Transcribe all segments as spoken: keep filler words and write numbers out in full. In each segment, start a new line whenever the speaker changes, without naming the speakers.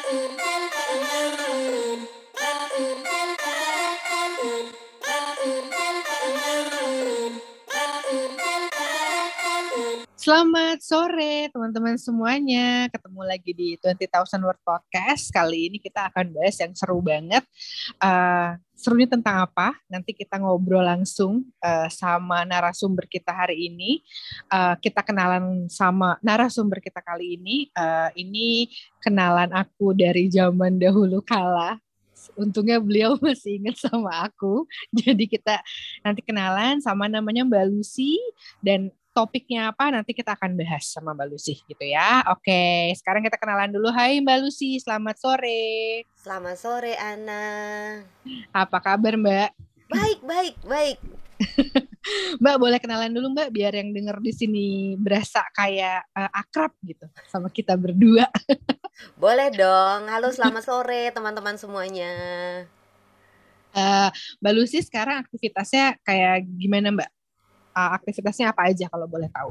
Selamat sore teman-teman semuanya, ketemu lagi di twenty thousand Word Podcast. Kali ini kita akan bahas yang seru banget. Uh, serunya tentang apa? Nanti kita ngobrol langsung uh, sama narasumber kita hari ini. Uh, kita kenalan sama narasumber kita kali ini. Uh, ini kenalan aku dari zaman dahulu kala. Untungnya beliau masih ingat sama aku. Jadi kita nanti kenalan sama namanya Mbak Lucy, dan topiknya apa nanti kita akan bahas sama Mbak Lucy gitu ya. Oke, sekarang kita kenalan dulu. Hai Mbak Lucy, selamat sore.
Selamat sore Ana.
Apa kabar Mbak?
Baik, baik, baik.
Mbak boleh kenalan dulu Mbak, biar yang denger di sini berasa kayak uh, akrab gitu sama kita berdua.
Boleh dong. Halo, selamat sore teman-teman semuanya.
Uh, Mbak Lucy sekarang aktivitasnya kayak gimana Mbak? Uh, aktivitasnya apa aja kalau boleh tahu?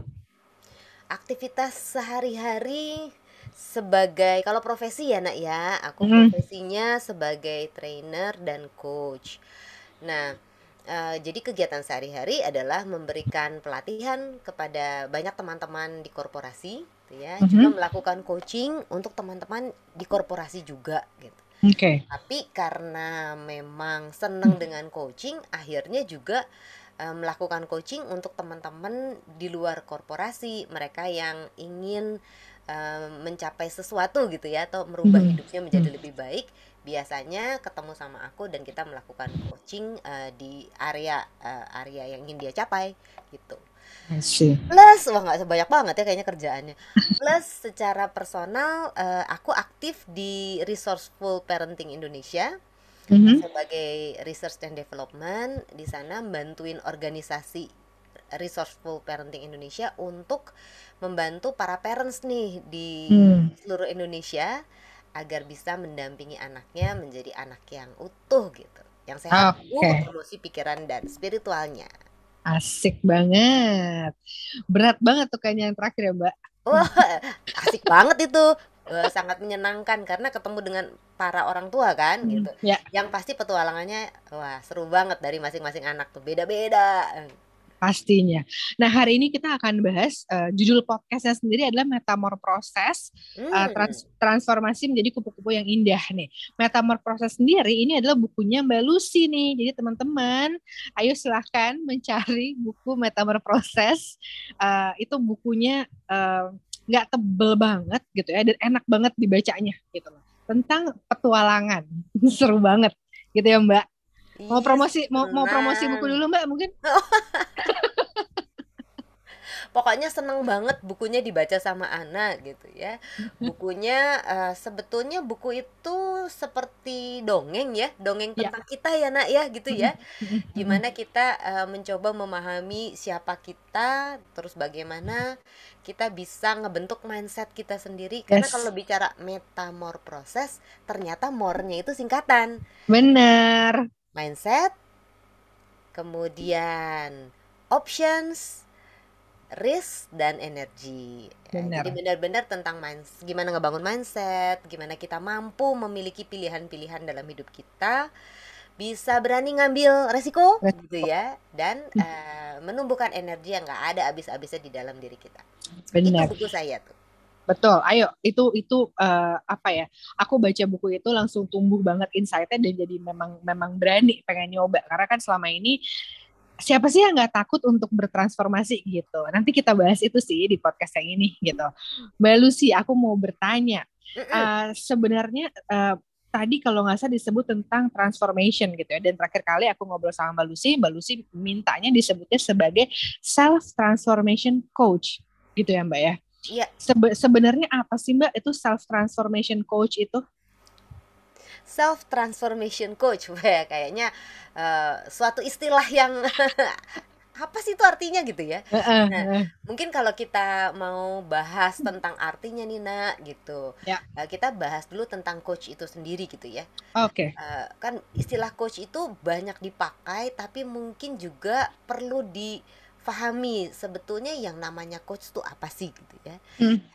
Aktivitas sehari-hari sebagai, kalau profesi ya nak ya, aku
Hmm.
profesinya sebagai trainer dan coach. Nah, uh, jadi kegiatan sehari-hari adalah memberikan pelatihan kepada banyak teman-teman di korporasi, gitu ya.
Mm-hmm.
Juga melakukan coaching untuk teman-teman di korporasi juga, gitu.
Oke. Okay.
Tapi karena memang senang dengan coaching, akhirnya juga uh, melakukan coaching untuk teman-teman di luar korporasi, mereka yang ingin uh, mencapai sesuatu gitu ya, atau merubah
Hmm.
hidupnya menjadi lebih baik. Biasanya ketemu sama aku dan kita melakukan coaching uh, di area uh, area yang ingin dia capai gitu. Plus, wah nggak sebanyak banget ya kayaknya kerjaannya. Plus secara personal, uh, aku aktif di Resourceful Parenting Indonesia. Mm-hmm. Sebagai Research and Development. Di sana bantuin organisasi Resourceful Parenting Indonesia untuk membantu para parents nih di hmm. seluruh Indonesia agar bisa mendampingi anaknya menjadi anak yang utuh gitu, yang sehat,
okay.
uh, promosi pikiran dan spiritualnya.
Asik banget. Berat banget tuh kayaknya yang terakhir ya Mbak.
Wah, asik banget itu. Uh, sangat menyenangkan karena ketemu dengan para orang tua kan hmm, gitu. Ya. Yang pasti petualangannya wah seru banget dari masing-masing anak tuh, beda-beda.
Pastinya. Nah, hari ini kita akan bahas uh, judul podcastnya sendiri adalah Metamorproses, hmm. uh, trans- transformasi menjadi kupu-kupu yang indah nih. Metamorproses sendiri ini adalah bukunya Mbak Lucy nih. Jadi teman-teman, ayo silahkan mencari buku Metamorproses. Uh, itu bukunya nggak uh, tebel banget gitu ya, dan enak banget dibacanya gitu loh. Tentang petualangan, seru banget gitu ya Mbak. Mau promosi, mau, mau promosi buku dulu Mbak mungkin?
Pokoknya seneng banget bukunya dibaca sama Ana gitu ya. Bukunya uh, sebetulnya buku itu seperti dongeng ya, dongeng tentang ya. Kita ya nak ya gitu ya. Gimana kita uh, mencoba memahami siapa kita, terus bagaimana kita bisa ngebentuk mindset kita sendiri. Karena yes. Kalau bicara metamorproses, ternyata more-nya itu singkatan.
Bener.
Mindset, kemudian options, risk, dan energi. Ya, jadi benar-benar tentang mindset, gimana ngebangun mindset, gimana kita mampu memiliki pilihan-pilihan dalam hidup kita, bisa berani ngambil resiko, resiko. gitu ya, dan uh, menumbuhkan energi yang nggak ada habis-habisnya di dalam diri kita. Benar. Itu buku saya tuh.
Betul, ayo itu itu uh, apa ya? Aku baca buku itu langsung tumbuh banget insight-nya dan jadi memang memang berani pengen nyoba, karena kan selama ini siapa sih yang nggak takut untuk bertransformasi gitu. Nanti kita bahas itu sih di podcast yang ini gitu. Mbak Lucy, aku mau bertanya, uh, sebenarnya uh, tadi kalau nggak salah disebut tentang transformation gitu ya, dan terakhir kali aku ngobrol sama Mbak Lucy, Mbak Lucy mintanya disebutnya sebagai self transformation coach gitu ya Mbak ya.
Iya.
Sebe- sebenarnya apa sih Mbak itu self transformation coach itu?
Self transformation coach, wah kayaknya uh, suatu istilah yang apa sih itu artinya gitu ya. Nah, mungkin kalau kita mau bahas tentang artinya nih nak gitu, ya. uh, kita bahas dulu tentang coach itu sendiri gitu ya.
Oke. Okay.
Uh, kan istilah coach itu banyak dipakai, tapi mungkin juga perlu difahami sebetulnya yang namanya coach itu apa sih gitu ya. Hmm.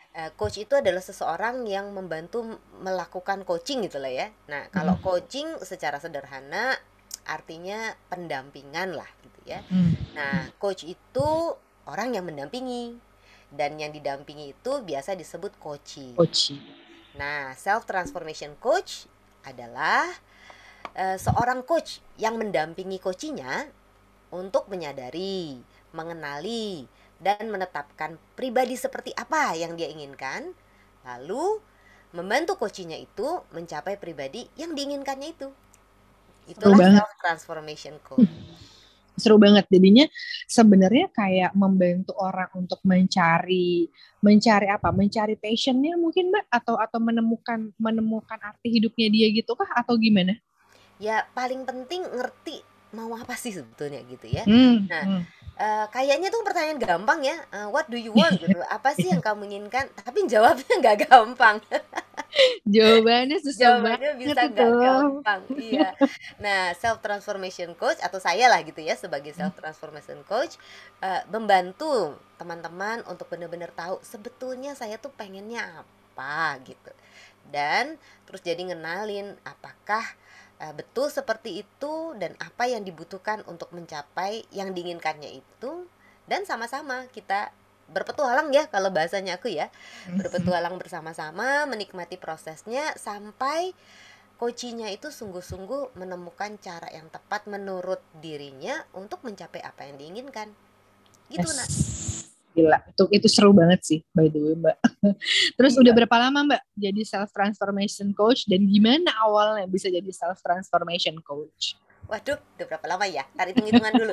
Uh, coach itu adalah seseorang yang membantu melakukan coaching gitu lah ya. Nah, kalau
Hmm.
coaching secara sederhana artinya pendampingan lah gitu ya.
Hmm.
Nah, coach itu orang yang mendampingi dan yang didampingi itu biasa disebut coaching.
Coaching.
Nah, self transformation coach adalah uh, seorang coach yang mendampingi coachinya untuk menyadari, mengenali, dan menetapkan pribadi seperti apa yang dia inginkan, lalu membantu coachingnya itu mencapai pribadi yang diinginkannya itu. Itulah self transformation coach.
Seru banget. Jadinya sebenarnya kayak membantu orang untuk mencari mencari apa? Mencari passionnya mungkin Mbak, atau atau menemukan menemukan arti hidupnya dia gitu kah, atau gimana?
Ya paling penting ngerti mau apa sih sebetulnya gitu ya.
Hmm,
Nah,
hmm.
Uh, kayaknya tuh pertanyaan gampang ya, uh, what do you want gitu, apa sih yang kamu inginkan, tapi jawabnya nggak gampang.
Jawabannya susah
Jawabannya
banget
bisa
itu.
nggak gampang, iya. Nah, self transformation coach atau saya lah gitu ya sebagai self transformation coach uh, membantu teman-teman untuk benar-benar tahu sebetulnya saya tuh pengennya apa gitu, dan terus jadi ngenalin apakah uh, betul seperti itu dan apa yang dibutuhkan untuk mencapai yang diinginkannya itu, dan sama-sama kita berpetualang ya kalau bahasanya aku ya, berpetualang bersama-sama menikmati prosesnya sampai coachingnya itu sungguh-sungguh menemukan cara yang tepat menurut dirinya untuk mencapai apa yang diinginkan gitu. Yes. Nak
gila, itu itu seru banget sih by the way Mbak. Terus iya. Udah berapa lama Mbak jadi self transformation coach, dan gimana awalnya bisa jadi self transformation coach?
Waduh, udah berapa lama ya? Tarik hitung-hitungan dulu.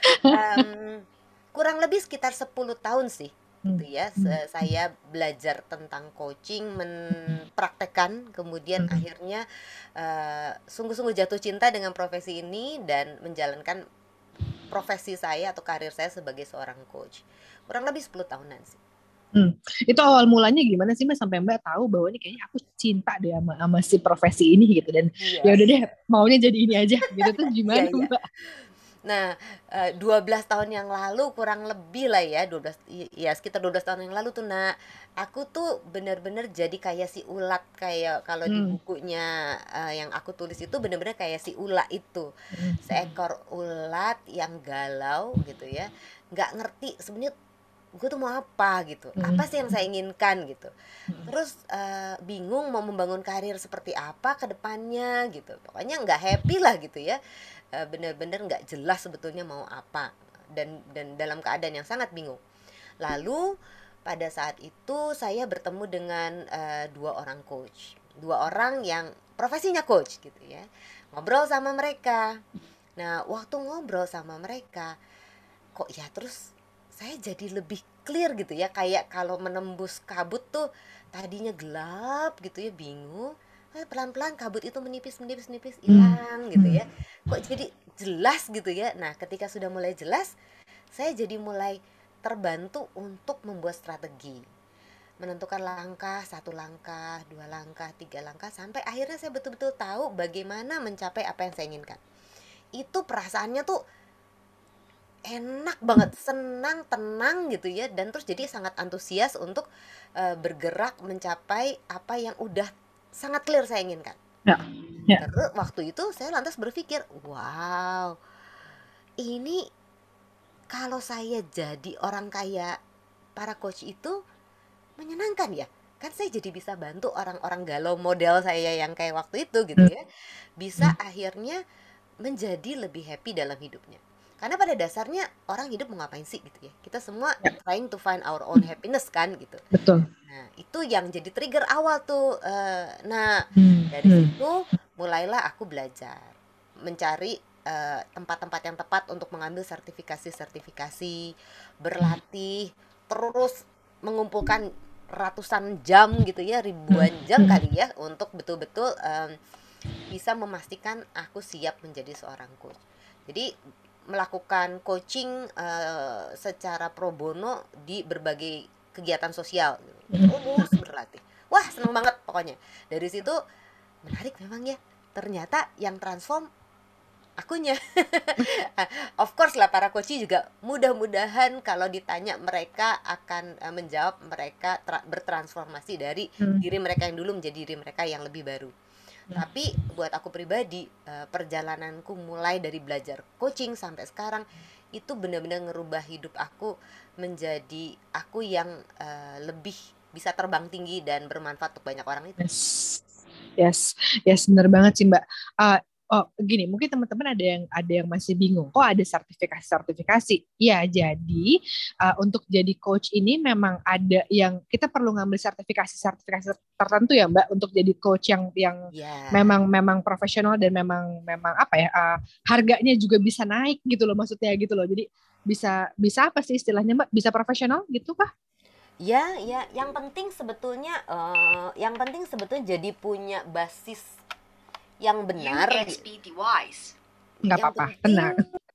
um, kurang lebih sekitar sepuluh tahun sih gitu ya. hmm. Saya belajar tentang coaching, mempraktekkan, kemudian hmm. akhirnya uh, sungguh-sungguh jatuh cinta dengan profesi ini dan menjalankan profesi saya atau karir saya sebagai seorang coach. Kurang lebih sepuluh tahunan sih.
Hmm. Itu awal mulanya gimana sih Mbak sampai Mbak tahu bahwa ini kayaknya aku cinta deh sama, sama si profesi ini gitu, dan yes. ya udah deh maunya jadi ini aja gitu tuh gimana yeah, yeah. Mbak?
Nah, dua belas tahun yang lalu kurang lebih lah ya, dua belas ya sekitar dua belas tahun yang lalu tuh Nak, aku tuh bener-bener jadi kayak si ulat, kayak kalau hmm. di bukunya uh, yang aku tulis itu bener-bener kayak si ulat itu, hmm. seekor ulat yang galau gitu ya, nggak ngerti sebenarnya gue tuh mau apa gitu, hmm. apa sih yang saya inginkan gitu, hmm. terus uh, bingung mau membangun karir seperti apa ke depannya gitu, pokoknya nggak happy lah gitu ya, uh, bener-bener nggak jelas sebetulnya mau apa, dan dan dalam keadaan yang sangat bingung. Lalu pada saat itu saya bertemu dengan uh, dua orang coach, dua orang yang profesinya coach gitu ya, ngobrol sama mereka. Nah waktu ngobrol sama mereka kok ya terus saya jadi lebih clear gitu ya, kayak kalau menembus kabut tuh tadinya gelap gitu ya, bingung, pelan-pelan kabut itu menipis menipis menipis hilang hmm. gitu ya, kok jadi jelas gitu ya. Nah ketika sudah mulai jelas, saya jadi mulai terbantu untuk membuat strategi, menentukan langkah, satu langkah, dua langkah, tiga langkah, sampai akhirnya saya betul-betul tahu bagaimana mencapai apa yang saya inginkan. Itu perasaannya tuh enak banget, senang, tenang gitu ya, dan terus jadi sangat antusias untuk uh, bergerak mencapai apa yang udah sangat clear saya inginkan. Ya, ya. Terus waktu itu saya lantas berpikir, wow, ini kalau saya jadi orang kayak para coach itu menyenangkan ya, kan saya jadi bisa bantu orang-orang galau model saya yang kayak waktu itu gitu ya, bisa hmm. akhirnya menjadi lebih happy dalam hidupnya. Karena pada dasarnya orang hidup mau ngapain sih gitu ya, kita semua ya. trying to find our own happiness kan gitu. Betul. Nah itu yang jadi trigger awal tuh. uh, Nah hmm. dari hmm. situ mulailah aku belajar mencari uh, tempat-tempat yang tepat untuk mengambil sertifikasi-sertifikasi, berlatih, terus mengumpulkan ratusan jam gitu ya, ribuan jam kali ya, untuk betul-betul um, bisa memastikan aku siap menjadi seorang coach. Jadi melakukan coaching uh, secara pro bono di berbagai kegiatan sosial, terus berlatih. Wah seneng banget pokoknya. Dari situ menarik memang ya. Ternyata yang transform akunya. Of course lah, para coach juga mudah-mudahan kalau ditanya mereka akan uh, menjawab, mereka tra- bertransformasi dari
Hmm.
diri mereka yang dulu menjadi diri mereka yang lebih baru.
Hmm.
Tapi buat aku pribadi, uh, perjalananku mulai dari belajar coaching sampai sekarang itu benar-benar ngerubah hidup aku menjadi aku yang uh, lebih bisa terbang tinggi dan bermanfaat untuk banyak orang itu.
Yes, yes, yes, benar banget sih Mbak. Uh, oh, gini, mungkin teman-teman ada yang ada yang masih bingung. Kok ada sertifikasi-sertifikasi? Ya, jadi uh, untuk jadi coach ini memang ada yang kita perlu ngambil sertifikasi-sertifikasi tertentu ya Mbak untuk jadi coach yang yang
Ya.
memang memang profesional dan memang memang apa ya uh, harganya juga bisa naik gitu loh, maksudnya gitu loh. Jadi bisa bisa apa sih istilahnya Mbak? Bisa profesional gitu kah?
Ya, ya, yang penting sebetulnya uh, yang penting sebetulnya jadi punya basis yang benar.
U S B device. Nggak
Yang
apa-apa,
penting,
tenang.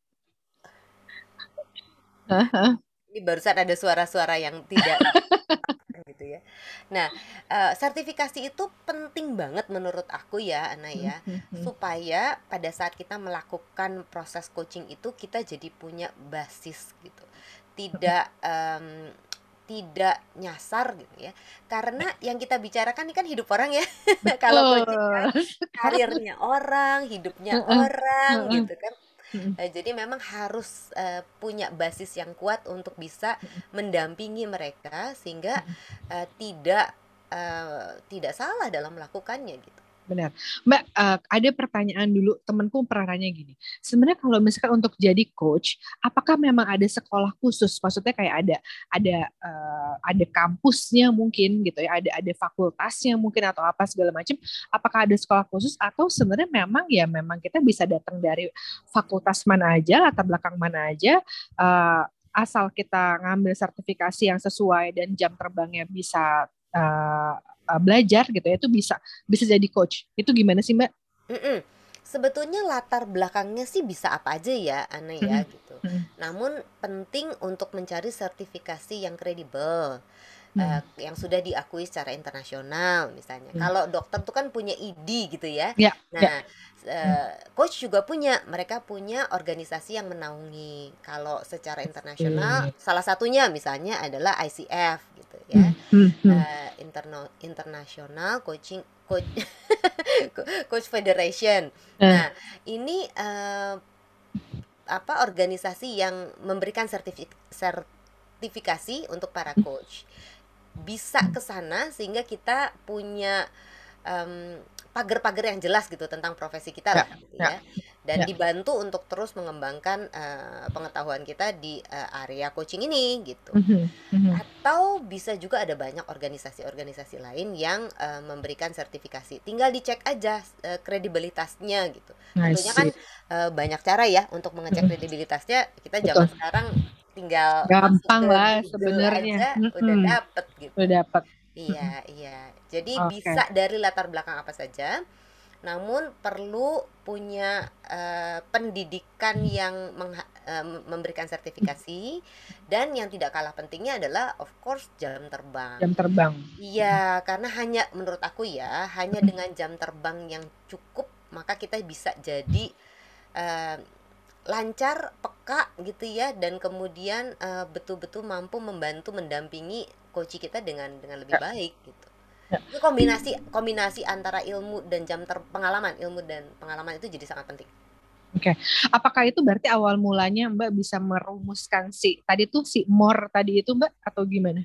ini barusan ada suara-suara yang tidak gitu ya. Nah, uh, sertifikasi itu penting banget menurut aku ya, Ana ya, supaya pada saat kita melakukan proses coaching itu kita jadi punya basis gitu. Tidak um, tidak nyasar gitu ya. Karena yang kita bicarakan ini kan hidup orang ya. Kalau coaching kan karirnya orang, hidupnya orang gitu kan. Uh, jadi memang harus uh, punya basis yang kuat untuk bisa mendampingi mereka sehingga uh, tidak uh, tidak salah dalam melakukannya gitu.
Benar. Mbak, uh, ada pertanyaan dulu, temanku pernah nanya gini, sebenarnya kalau misalkan untuk jadi coach, apakah memang ada sekolah khusus? Maksudnya kayak ada ada uh, ada kampusnya mungkin gitu ya, ada ada fakultasnya mungkin atau apa segala macam. Apakah ada sekolah khusus atau sebenarnya memang ya memang kita bisa datang dari fakultas mana aja, latar belakang mana aja, uh, asal kita ngambil sertifikasi yang sesuai dan jam terbangnya bisa uh, uh, belajar gitu ya, itu bisa bisa jadi coach. Itu gimana sih Mbak?
Mm-mm. Sebetulnya latar belakangnya sih bisa apa aja ya, Ana ya gitu. Namun penting untuk mencari sertifikasi yang kredibel, uh, yang sudah diakui secara internasional misalnya. Hmm. Kalau dokter tuh kan punya I D gitu ya.
Ya,
Nah,
ya.
Uh, coach juga punya, mereka punya organisasi yang menaungi. Kalau secara internasional, hmm. salah satunya misalnya adalah I C F gitu ya, hmm. uh, Interno, International Coaching Coach Coach Federation. Uh. Nah, ini uh, apa organisasi yang memberikan sertifik sertifikasi untuk para coach. Bisa ke sana sehingga kita punya um, pagar-pagar yang jelas gitu tentang profesi kita lah gitu ya, dan ya. Dibantu untuk terus mengembangkan uh, pengetahuan kita di uh, area coaching ini gitu. Mm-hmm. Atau bisa juga ada banyak organisasi-organisasi lain yang uh, memberikan sertifikasi, tinggal dicek aja uh, kredibilitasnya gitu. Tentunya kan uh, banyak cara ya untuk mengecek kredibilitasnya. Kita zaman Betul. Sekarang tinggal
gampang lah sebenarnya,
aja, mm-hmm. udah dapet gitu.
Udah dapet.
Iya, iya. Jadi okay. bisa dari latar belakang apa saja, namun perlu punya uh, pendidikan yang meng- uh, memberikan sertifikasi, dan yang tidak kalah pentingnya adalah of course jam terbang.
Jam terbang.
Iya, karena hanya menurut aku ya, hanya dengan jam terbang yang cukup maka kita bisa jadi uh, lancar, peka gitu ya, dan kemudian uh, betul-betul mampu membantu mendampingi coach kita dengan dengan lebih ya. baik gitu. Ya. Itu kombinasi kombinasi antara ilmu dan jam ter pengalaman, ilmu dan pengalaman itu jadi sangat penting.
Oke, okay. Apakah itu berarti awal mulanya Mbak bisa merumuskan si tadi tuh si more tadi itu Mbak atau gimana?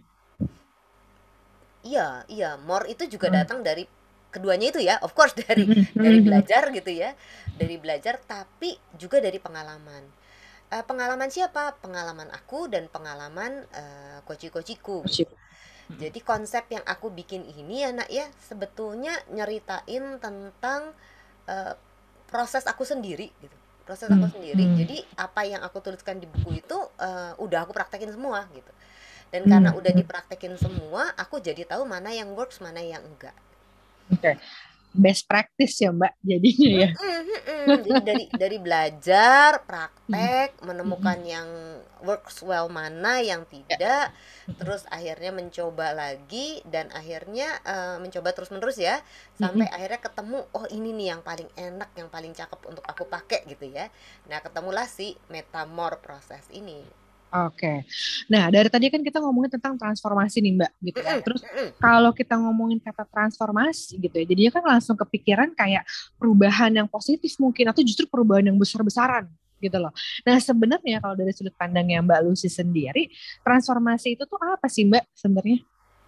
Iya, iya, more itu juga hmm. datang dari keduanya itu ya, of course dari dari belajar gitu ya, dari belajar tapi juga dari pengalaman. Uh, pengalaman siapa? Pengalaman aku dan pengalaman uh, coach-coachiku. Jadi konsep yang aku bikin ini ya nak ya, sebetulnya nyeritain tentang uh, proses aku sendiri gitu, proses aku sendiri. Jadi apa yang aku tuliskan di buku itu uh, udah aku praktekin semua gitu. Dan karena udah dipraktekin semua, aku jadi tahu mana yang works, mana yang enggak.
Oke, okay. best practice ya Mbak jadinya ya.
Jadi dari dari belajar, praktek, menemukan yang works well mana yang tidak, terus akhirnya mencoba lagi dan akhirnya uh, mencoba terus-menerus ya, sampai akhirnya ketemu, oh ini nih yang paling enak, yang paling cakep untuk aku pakai gitu ya. Nah, ketemulah si Metamor proses ini.
Oke. Nah, dari tadi kan kita ngomongin tentang transformasi nih, Mbak, gitu ya. Terus kalau kita ngomongin kata transformasi gitu ya, jadinya kan langsung kepikiran kayak perubahan yang positif mungkin atau justru perubahan yang besar-besaran gitu loh. Nah, sebenarnya kalau dari sudut pandangnya Mbak Lucy sendiri, transformasi itu tuh apa sih, Mbak, sebenarnya?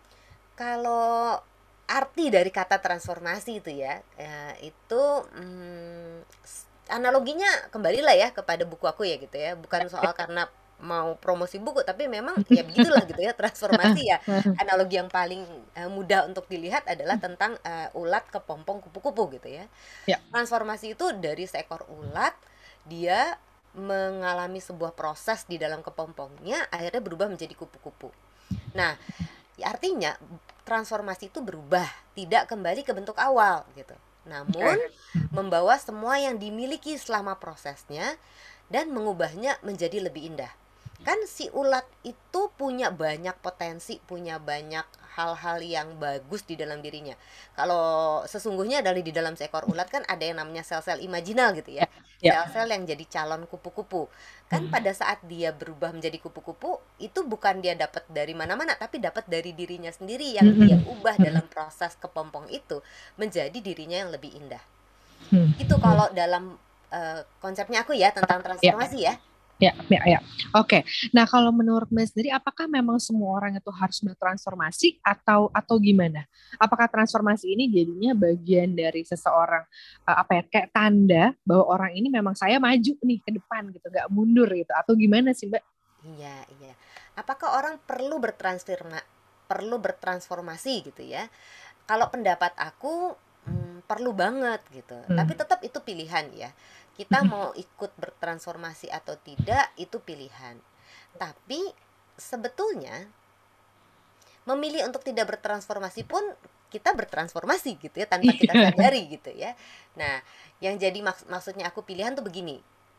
Kalau arti dari kata transformasi itu ya, ya itu hmm, analoginya kembalilah ya kepada buku aku ya gitu ya, bukan soal karena mau promosi buku, tapi memang ya begitulah gitu ya, transformasi ya. Analogi yang paling uh, mudah untuk dilihat adalah tentang uh, ulat kepompong kupu-kupu gitu ya.
Ya.
Transformasi itu dari seekor ulat, dia mengalami sebuah proses di dalam kepompongnya, akhirnya berubah menjadi kupu-kupu. Nah, ya artinya transformasi itu berubah, tidak kembali ke bentuk awal gitu. Namun membawa semua yang dimiliki selama prosesnya dan mengubahnya menjadi lebih indah. Kan si ulat itu punya banyak potensi, punya banyak hal-hal yang bagus di dalam dirinya. Kalau sesungguhnya dari di dalam seekor ulat kan ada yang namanya sel-sel imajinal gitu ya. Sel-sel yang jadi calon kupu-kupu. Kan pada saat dia berubah menjadi kupu-kupu, itu bukan dia dapat dari mana-mana, tapi dapat dari dirinya sendiri yang dia ubah dalam proses kepompong itu menjadi dirinya yang lebih indah. Itu kalau dalam uh, konsepnya aku ya tentang transformasi ya.
Ya, ya, ya. Oke. Nah, kalau menurut Mbak sendiri, apakah memang semua orang itu harus bertransformasi atau atau gimana? Apakah transformasi ini jadinya bagian dari seseorang uh, apa ya kayak tanda bahwa orang ini memang saya maju nih ke depan gitu, gak mundur gitu, atau gimana sih Mbak?
Iya, iya. Apakah orang perlu bertransforma perlu bertransformasi gitu ya? Kalau pendapat aku hmm, perlu banget gitu. Hmm. Tapi tetap itu pilihan ya. Kita mau ikut bertransformasi atau tidak itu pilihan. Tapi sebetulnya memilih untuk tidak bertransformasi pun kita bertransformasi gitu ya tanpa kita sadari gitu ya. Nah, yang jadi maks maksudnya aku pilihan tuh begini.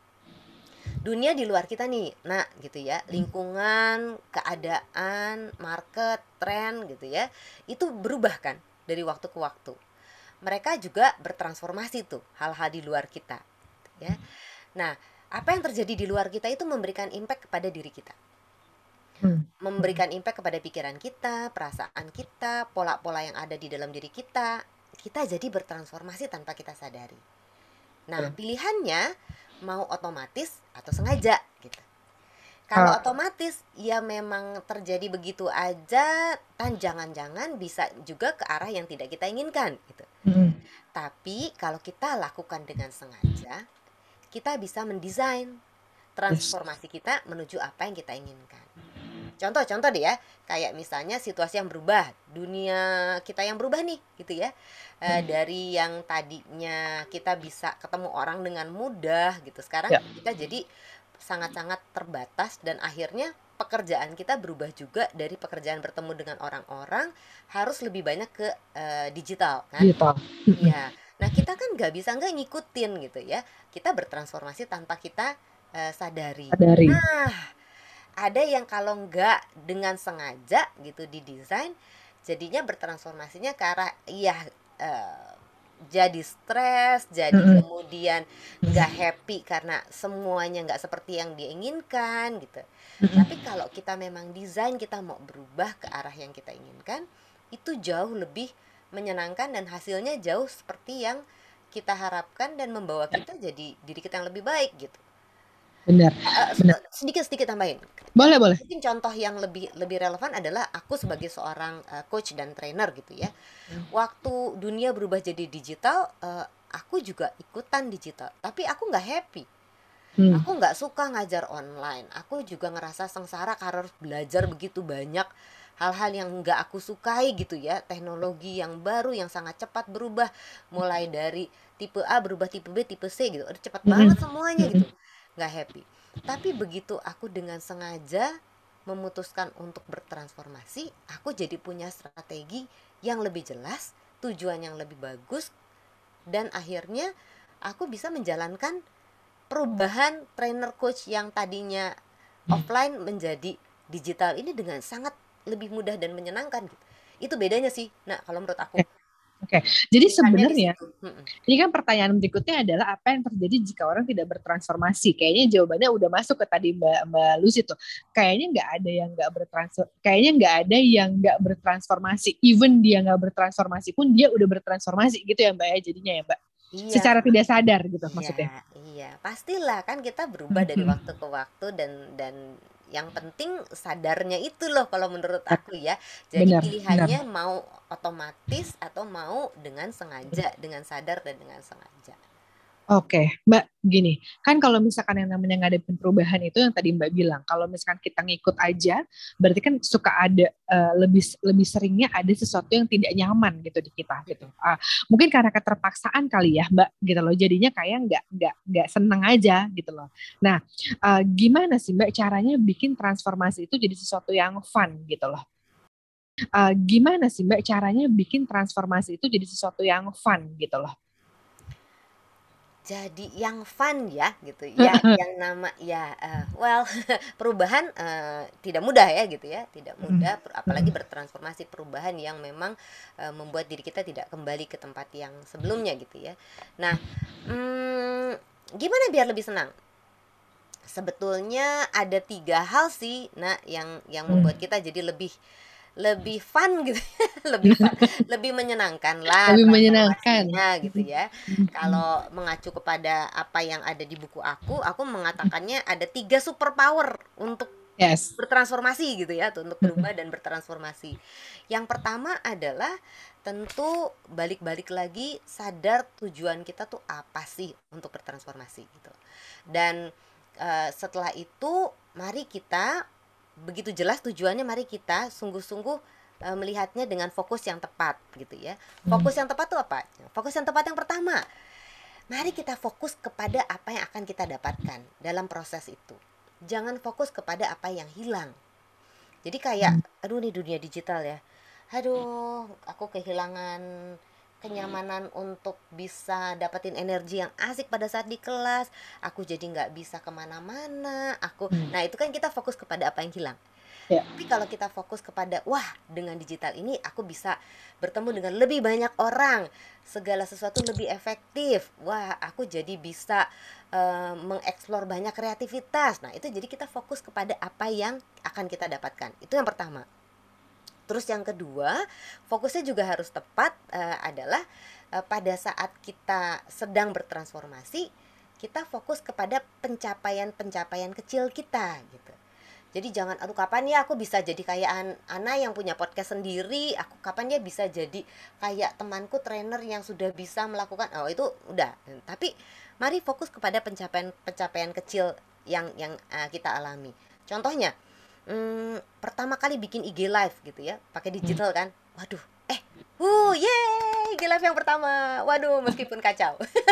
Dunia di luar kita nih, nah gitu ya, lingkungan, keadaan, market, tren gitu ya, itu berubah kan dari waktu ke waktu. Mereka juga bertransformasi tuh hal-hal di luar kita ya. Nah, apa yang terjadi di luar kita itu memberikan impact kepada diri kita, memberikan impact kepada pikiran kita, perasaan kita, pola-pola yang ada di dalam diri kita. Kita jadi bertransformasi tanpa kita sadari. Nah, pilihannya mau otomatis atau sengaja gitu. Kalau uh. otomatis ya memang terjadi begitu aja, kan jangan-jangan bisa juga ke arah yang tidak kita inginkan gitu. Mm. Tapi kalau kita lakukan dengan sengaja, kita bisa mendesain transformasi kita menuju apa yang kita inginkan. Contoh-contoh deh ya, kayak misalnya situasi yang berubah, dunia kita yang berubah nih gitu ya. E, dari yang tadinya kita bisa ketemu orang dengan mudah gitu, sekarang ya. Kita jadi sangat-sangat terbatas dan akhirnya pekerjaan kita berubah juga dari pekerjaan bertemu dengan orang-orang harus lebih banyak ke e, digital kan. Digital. Ya. Nah, kita kan nggak bisa nggak ngikutin gitu ya. Kita bertransformasi tanpa kita e, sadari. sadari. Nah, ada yang kalau nggak dengan sengaja gitu didesain, jadinya bertransformasinya ke arah iya uh, jadi stres, jadi mm-hmm. kemudian nggak happy karena semuanya nggak seperti yang diinginkan gitu. Mm-hmm. Tapi kalau kita memang desain kita mau berubah ke arah yang kita inginkan, itu jauh lebih menyenangkan dan hasilnya jauh seperti yang kita harapkan dan membawa kita jadi diri kita yang lebih baik gitu.
Benar.
Uh, benar. Sedikit sedikit tambahin.
Boleh boleh.
Mungkin contoh yang lebih lebih relevan adalah aku sebagai seorang uh, coach dan trainer gitu ya. Hmm. Waktu dunia berubah jadi digital, uh, aku juga ikutan digital. Tapi aku nggak happy. Hmm. Aku nggak suka ngajar online. Aku juga ngerasa sengsara karena harus belajar begitu banyak hal-hal yang nggak aku sukai gitu ya. Teknologi yang baru yang sangat cepat berubah, mulai dari tipe A berubah tipe B, tipe C gitu. Udah cepat hmm. banget semuanya gitu. Nggak happy. Tapi begitu aku dengan sengaja memutuskan untuk bertransformasi, aku jadi punya strategi yang lebih jelas, tujuan yang lebih bagus, dan akhirnya aku bisa menjalankan perubahan trainer coach yang tadinya offline menjadi digital ini dengan sangat lebih mudah dan menyenangkan gitu. Itu bedanya sih. Nah, kalau menurut aku.
Oke, jadi
Pilihannya di
sebenarnya
situ. Mm-mm.
ini kan pertanyaan berikutnya adalah apa yang terjadi jika orang tidak bertransformasi? Kayaknya jawabannya udah masuk ke tadi Mbak Mbak Lucy tuh. Kayaknya nggak ada yang nggak bertransfer, kayaknya nggak ada yang nggak bertransformasi. Even dia nggak bertransformasi pun dia udah bertransformasi gitu ya Mbak ya jadinya ya Mbak.
Iya,
Secara tidak sadar gitu
iya,
maksudnya.
iya. Pastilah kan kita berubah dari waktu ke waktu dan dan yang penting sadarnya itu loh kalau menurut aku ya. Jadi
Benar,
pilihannya
benar.
mau otomatis atau mau dengan sengaja, dengan sadar dan dengan sengaja.
Oke, Mbak, gini, kan kalau misalkan yang namanya ngadepin perubahan itu yang tadi Mbak bilang, kalau misalkan kita ngikut aja, berarti kan suka ada uh, lebih lebih seringnya ada sesuatu yang tidak nyaman gitu di kita gitu. Uh, mungkin karena keterpaksaan kali ya, Mbak, gitu loh. Jadinya kayak nggak nggak nggak seneng aja gitu loh. Nah, uh, gimana sih Mbak caranya bikin transformasi itu jadi sesuatu yang fun gitu loh? Uh, gimana sih Mbak caranya bikin transformasi itu jadi sesuatu yang fun gitu loh?
Jadi yang fun ya gitu ya, yang nama ya uh, well perubahan uh, tidak mudah ya gitu ya, tidak mudah, apalagi bertransformasi, perubahan yang memang uh, membuat diri kita tidak kembali ke tempat yang sebelumnya gitu ya. Nah, hmm, gimana biar lebih senang? Sebetulnya ada tiga hal sih, nah yang yang membuat kita jadi lebih lebih fun gitu lebih fun, lebih menyenangkan lah
Lebih menyenangkan.
transformasinya gitu ya. Kalau mengacu kepada apa yang ada di buku aku, aku mengatakannya ada tiga super power untuk
Yes.
bertransformasi gitu ya, untuk berubah dan bertransformasi. Yang pertama adalah tentu balik-balik lagi sadar tujuan kita tuh apa sih untuk bertransformasi gitu. Dan uh, setelah itu mari kita begitu jelas tujuannya, mari kita sungguh-sungguh e, melihatnya dengan fokus yang tepat gitu ya. Fokus yang tepat itu apa? Fokus yang tepat yang pertama, mari kita fokus kepada apa yang akan kita dapatkan dalam proses itu. Jangan fokus kepada apa yang hilang. Jadi kayak, aduh nih dunia digital ya, aduh aku kehilangan kenyamanan untuk bisa dapetin energi yang asik pada saat di kelas, aku jadi nggak bisa kemana-mana, aku, hmm. nah itu kan kita fokus kepada apa yang hilang. Ya. Tapi kalau kita fokus kepada, wah dengan digital ini aku bisa bertemu dengan lebih banyak orang, segala sesuatu lebih efektif, wah aku jadi bisa uh, mengeksplor banyak kreativitas. Nah itu jadi kita fokus kepada apa yang akan kita dapatkan. Itu yang pertama. Terus yang kedua, fokusnya juga harus tepat uh, adalah uh, pada saat kita sedang bertransformasi, kita fokus kepada pencapaian-pencapaian kecil kita gitu. Jadi jangan, aduh kapan ya aku bisa jadi kayak An- Ana yang punya podcast sendiri, aku kapan ya bisa jadi kayak temanku trainer yang sudah bisa melakukan, oh itu udah. Tapi mari fokus kepada pencapaian-pencapaian kecil yang yang uh, kita alami. Contohnya, Hmm, pertama kali bikin I G live gitu ya, pakai digital kan, waduh, eh, uh, yeay, I G live yang pertama, waduh, meskipun kacau,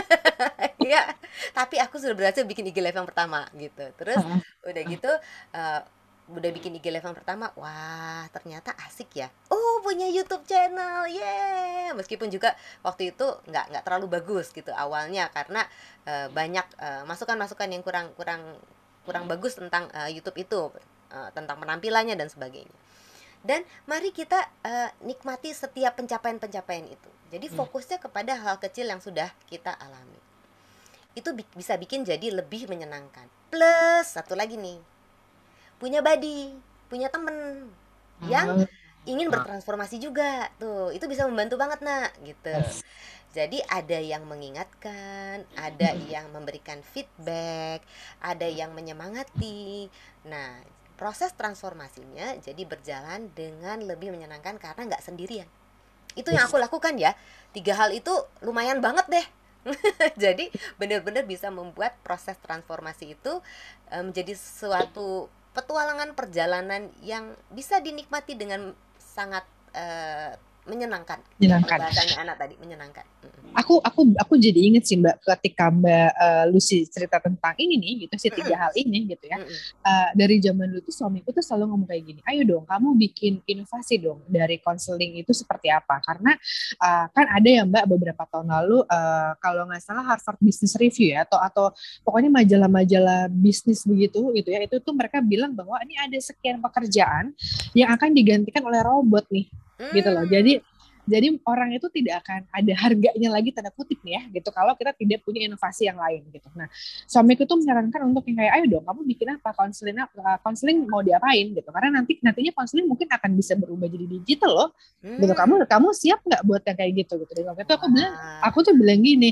ya, tapi aku sudah berhasil bikin I G live yang pertama gitu. Terus udah gitu, uh, udah bikin I G live yang pertama, wah ternyata asik ya, oh punya YouTube channel, yeay, meskipun juga waktu itu nggak nggak terlalu bagus gitu awalnya karena uh, banyak uh, masukan-masukan yang kurang kurang kurang bagus tentang uh, YouTube itu. Uh, tentang penampilannya dan sebagainya. Dan mari kita uh, nikmati setiap pencapaian-pencapaian itu. Jadi fokusnya kepada hal kecil yang sudah kita alami. Itu bi- bisa bikin jadi lebih menyenangkan. Plus satu lagi nih, punya buddy, punya temen yang ingin bertransformasi juga. Tuh, itu bisa membantu banget nak, gitu. Jadi ada yang mengingatkan, ada yang memberikan feedback, ada yang menyemangati. Nah, proses transformasinya jadi berjalan dengan lebih menyenangkan karena nggak sendirian. Itu yang aku lakukan ya. Tiga hal itu lumayan banget deh. Jadi benar-benar bisa membuat proses transformasi itu menjadi suatu petualangan perjalanan yang bisa dinikmati dengan sangat uh, menyenangkan.
Menyenangkan.
Bahasanya anak tadi menyenangkan.
Aku aku aku jadi inget sih Mbak ketika Mbak uh, Lucy cerita tentang ini nih gitu sih tiga hal ini gitu ya. Uh, dari zaman dulu tuh suamiku tuh selalu ngomong kayak gini, ayo dong kamu bikin inovasi dong dari konseling itu seperti apa? Karena uh, kan ada ya Mbak beberapa tahun lalu uh, kalau nggak salah Harvard Business Review ya atau atau pokoknya majalah-majalah bisnis begitu gitu ya, itu tuh mereka bilang bahwa ini ada sekian pekerjaan yang akan digantikan oleh robot nih gitu loh. Jadi Jadi orang itu tidak akan ada harganya lagi tanda kutip nih ya gitu kalau kita tidak punya inovasi yang lain gitu. Nah suamiku tuh menyarankan untuk yang kayak ayo dong kamu bikin apa konseling konseling mau diapain gitu karena nanti nantinya konseling mungkin akan bisa berubah jadi digital loh hmm. gitu. Kamu kamu siap nggak buat yang kayak gitu gitu. Dan waktu itu aku bilang aku tuh bilang gini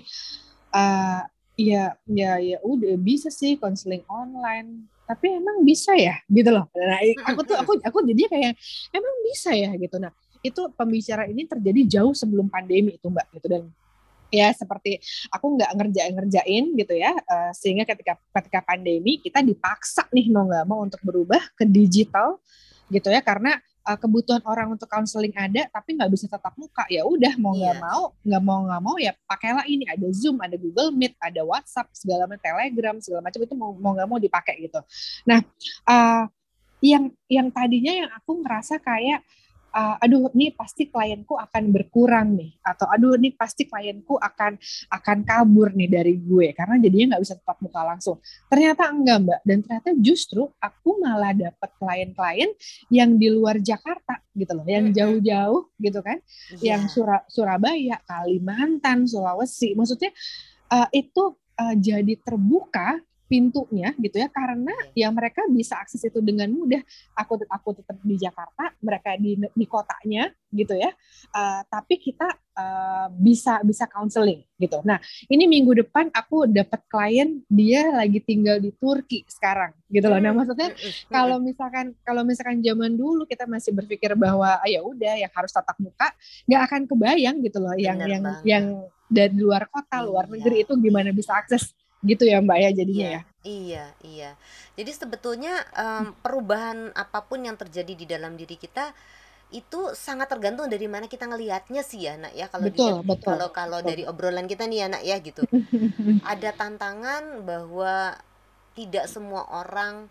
uh, ya ya ya udah bisa sih konseling online tapi emang bisa ya gitu loh. Nah, aku tuh aku aku jadinya kayak emang bisa ya gitu. Nah itu pembicaraan ini terjadi jauh sebelum pandemi itu Mbak gitu dan ya seperti aku nggak ngerjain ngerjain gitu ya uh, sehingga ketika ketika pandemi kita dipaksa nih mau nggak mau untuk berubah ke digital gitu ya karena uh, kebutuhan orang untuk konseling ada tapi nggak bisa tatap muka ya udah mau nggak iya. mau nggak mau nggak mau ya pakailah ini ada Zoom ada Google Meet ada WhatsApp segala macam Telegram segala macam itu mau mau nggak mau dipakai gitu. Nah uh, yang yang tadinya yang aku ngerasa kayak Uh, aduh ini pasti klienku akan berkurang nih atau aduh ini pasti klienku akan akan kabur nih dari gue karena jadinya nggak bisa tatap muka langsung. Ternyata enggak Mbak dan ternyata justru aku malah dapat klien-klien yang di luar Jakarta gitu loh, yang jauh-jauh gitu kan, yeah. yang Sur- Surabaya, Kalimantan, Sulawesi, maksudnya uh, itu uh, jadi terbuka pintunya gitu ya karena ya mereka bisa akses itu dengan mudah. Aku aku tetap di Jakarta, mereka di di kotanya gitu ya. Uh, tapi kita uh, bisa bisa counseling gitu. Nah, ini minggu depan aku dapat klien dia lagi tinggal di Turki sekarang gitu loh. Nah, maksudnya kalau misalkan kalau misalkan zaman dulu kita masih berpikir bahwa ah, ya udah yang harus tatap muka, nggak akan kebayang gitu loh. Yang Bener yang banget. yang dari luar kota, luar iya, negeri itu gimana bisa akses gitu ya Mbak ya jadinya
iya,
ya.
Iya, iya. Jadi sebetulnya um, perubahan apapun yang terjadi di dalam diri kita itu sangat tergantung dari mana kita ngelihatnya sih ya nak ya kalau
betul,
dilihat
betul,
kalau kalau
betul.
dari obrolan kita nih ya nak ya gitu. Ada tantangan bahwa tidak semua orang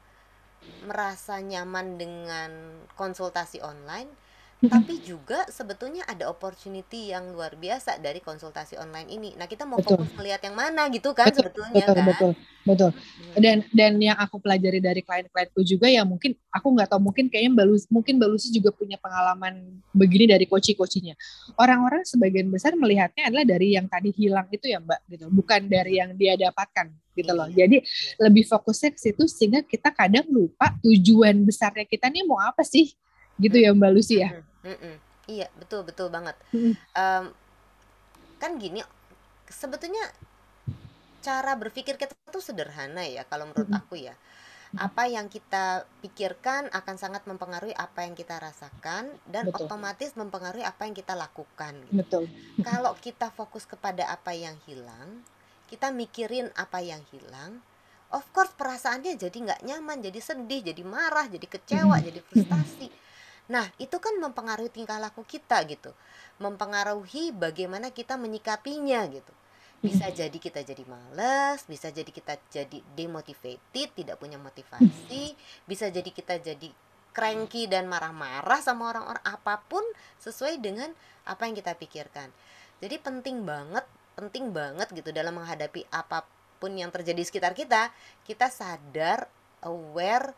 merasa nyaman dengan konsultasi online. Tapi juga sebetulnya ada opportunity yang luar biasa dari konsultasi online ini. Nah, kita mau betul. fokus melihat yang mana gitu kan
betul,
sebetulnya
betul,
kan.
Betul, betul. Dan dan yang aku pelajari dari klien-klienku juga ya mungkin aku nggak tahu mungkin kayaknya Mbak Lucy, mungkin Mbak Lucy juga punya pengalaman begini dari coach-coachnya. Orang-orang sebagian besar melihatnya adalah dari yang tadi hilang itu ya Mbak gitu, bukan dari yang dia dapatkan gitu loh. Iya. Jadi iya. lebih fokusnya ke situ sehingga kita kadang lupa tujuan besarnya kita nih mau apa sih gitu ya Mbak Lucy ya.
Mm-mm. Iya betul betul banget. um, kan gini sebetulnya cara berpikir kita tuh sederhana ya kalau menurut aku ya. Apa yang kita pikirkan akan sangat mempengaruhi apa yang kita rasakan dan betul. otomatis mempengaruhi apa yang kita lakukan gitu.
Betul.
Kalau kita fokus kepada apa yang hilang, kita mikirin apa yang hilang, of course perasaannya jadi nggak nyaman, jadi sedih, jadi marah, jadi kecewa, jadi frustasi. Nah, itu kan mempengaruhi tingkah laku kita gitu. Mempengaruhi bagaimana kita menyikapinya gitu. Bisa jadi kita jadi malas, bisa jadi kita jadi demotivated, tidak punya motivasi, bisa jadi kita jadi cranky dan marah-marah sama orang-orang, apapun sesuai dengan apa yang kita pikirkan. Jadi penting banget, penting banget gitu dalam menghadapi apapun yang terjadi di sekitar kita, kita sadar, aware,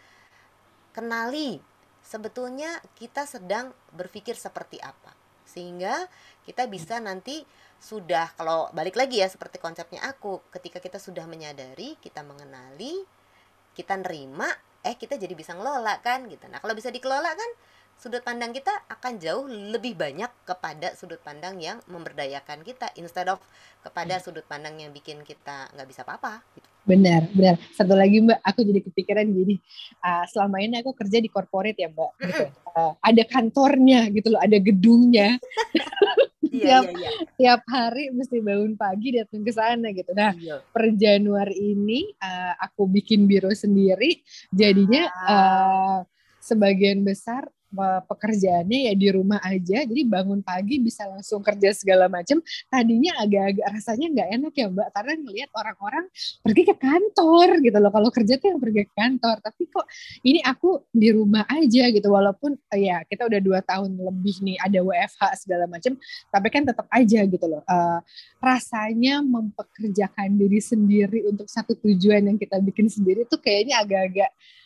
kenali sebetulnya kita sedang berpikir seperti apa sehingga kita bisa nanti sudah kalau balik lagi ya seperti konsepnya aku ketika kita sudah menyadari kita mengenali kita nerima eh kita jadi bisa ngelola kan gitu. Nah kalau bisa dikelola kan sudut pandang kita akan jauh lebih banyak kepada sudut pandang yang memberdayakan kita instead of kepada sudut pandang yang bikin kita nggak bisa apa-apa gitu.
Benar, benar. Satu lagi Mbak, aku jadi kepikiran gini, uh, selama ini aku kerja di corporate ya Mbak, gitu. Uh, ada kantornya gitu loh, ada gedungnya. tiap,
iya, iya, iya.
tiap hari mesti bangun pagi datang ke sana gitu. Nah, iya. per Januari ini uh, aku bikin biro sendiri, jadinya uh, sebagian besar pekerjaannya ya di rumah aja, jadi bangun pagi bisa langsung kerja segala macam. Tadinya agak-agak rasanya nggak enak ya Mbak, karena ngelihat orang-orang pergi ke kantor gitu loh. Kalau kerja tuh yang pergi ke kantor, tapi kok ini aku di rumah aja gitu. Walaupun ya kita udah dua tahun lebih nih ada W F H segala macam, tapi kan tetap aja gitu loh. Uh, rasanya mempekerjakan diri sendiri untuk satu tujuan yang kita bikin sendiri tuh kayaknya agak-agak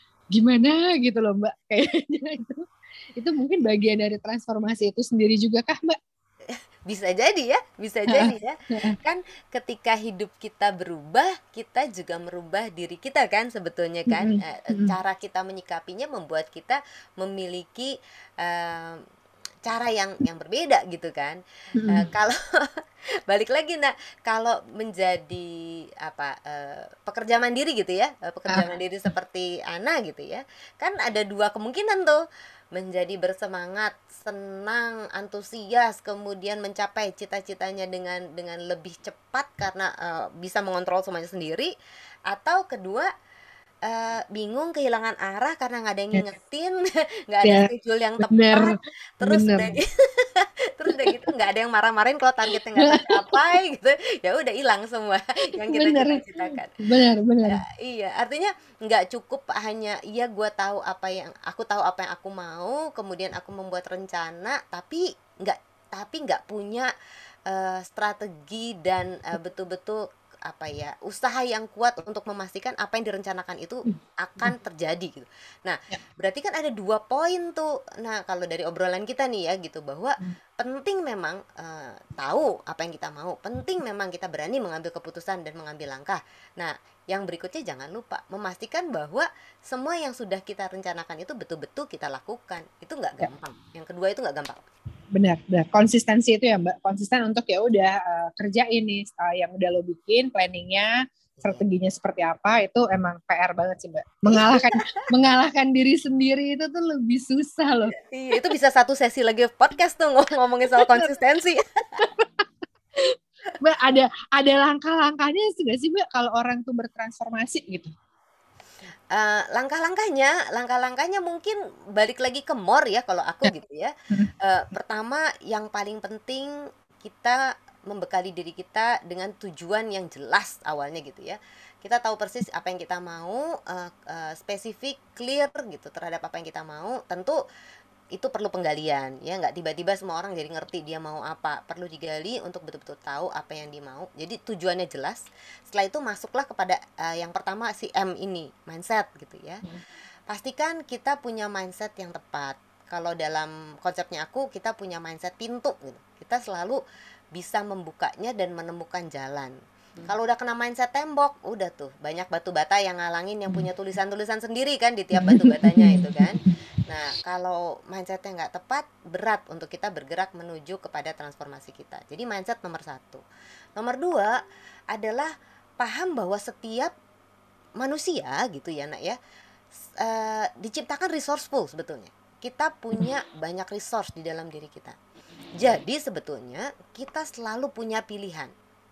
gimana gitu loh Mbak, kayaknya itu itu mungkin bagian dari transformasi itu sendiri juga kah Mbak?
Bisa jadi ya, bisa jadi ya. Kan ketika hidup kita berubah, kita juga merubah diri kita kan sebetulnya kan.
Mm-hmm.
Cara kita menyikapinya membuat kita memiliki uh, cara yang yang berbeda gitu kan. Mm-hmm. Uh, kalau balik lagi nak, kalau menjadi apa uh, pekerja mandiri gitu ya, uh, pekerja ah. mandiri seperti Ana gitu ya, kan ada dua kemungkinan tuh, menjadi bersemangat, senang, antusias, kemudian mencapai cita-citanya dengan dengan lebih cepat karena uh, bisa mengontrol semuanya sendiri, atau kedua uh, bingung, kehilangan arah karena nggak ada yang ngingetin, nggak ada
Ya,
schedule yang
bener,
tepat, terus
bener.
udah gitu, terus udah gitu nggak ada yang marah-marahin kalau targetnya nggak tercapai gitu, ya udah hilang semua yang kita
Bener.
cita-citakan.
Bener, bener.
Ya, iya, artinya nggak cukup hanya iya gue tahu apa yang aku tahu apa yang aku mau, kemudian aku membuat rencana, tapi nggak tapi nggak punya uh, strategi dan uh, betul-betul apa ya usaha yang kuat untuk memastikan apa yang direncanakan itu akan terjadi gitu. Nah, ya. Berarti kan ada dua poin tuh. Nah, kalau dari obrolan kita nih ya gitu, bahwa hmm. penting memang uh, tahu apa yang kita mau, penting memang kita berani mengambil keputusan dan mengambil langkah. Nah, yang berikutnya jangan lupa memastikan bahwa semua yang sudah kita rencanakan itu betul-betul kita lakukan. Itu nggak gampang. Ya. Yang kedua itu nggak gampang.
Benar, benar. Konsistensi itu ya Mbak, konsisten untuk ya udah uh, kerja ini uh, yang udah lo bikin, planningnya, strateginya seperti apa, itu emang P R banget sih Mbak. Mengalahkan mengalahkan diri sendiri itu tuh lebih susah loh.
Iya, itu bisa satu sesi lagi podcast tuh ngomongin soal konsistensi.
Mbak, ada ada langkah-langkahnya nggak sih Mbak kalau orang tuh bertransformasi gitu?
Uh, langkah-langkahnya, langkah-langkahnya mungkin balik lagi ke more ya kalau aku gitu ya. Uh, pertama yang paling penting kita membekali diri kita dengan tujuan yang jelas awalnya gitu ya. Kita tahu persis apa yang kita mau, uh, uh, spesifik, clear gitu terhadap apa yang kita mau. Tentu itu perlu penggalian ya, nggak tiba-tiba semua orang jadi ngerti dia mau apa, perlu digali untuk betul-betul tahu apa yang dia mau. Jadi tujuannya jelas. Setelah itu masuklah kepada uh, yang pertama si M ini, mindset gitu ya. Pastikan kita punya mindset yang tepat. Kalau dalam konsepnya aku, kita punya mindset pintu gitu. Kita selalu bisa membukanya dan menemukan jalan. Hmm. Kalau udah kena mindset tembok, udah tuh banyak batu bata yang ngalangin, yang punya tulisan-tulisan sendiri kan di tiap batu batanya itu kan. Nah, kalau mindsetnya nggak tepat, berat untuk kita bergerak menuju kepada transformasi kita. Jadi mindset nomor satu. Nomor dua adalah paham bahwa setiap manusia gitu ya nak ya, uh, diciptakan resourceful sebetulnya. Kita punya banyak resource di dalam diri kita. Jadi sebetulnya kita selalu punya pilihan.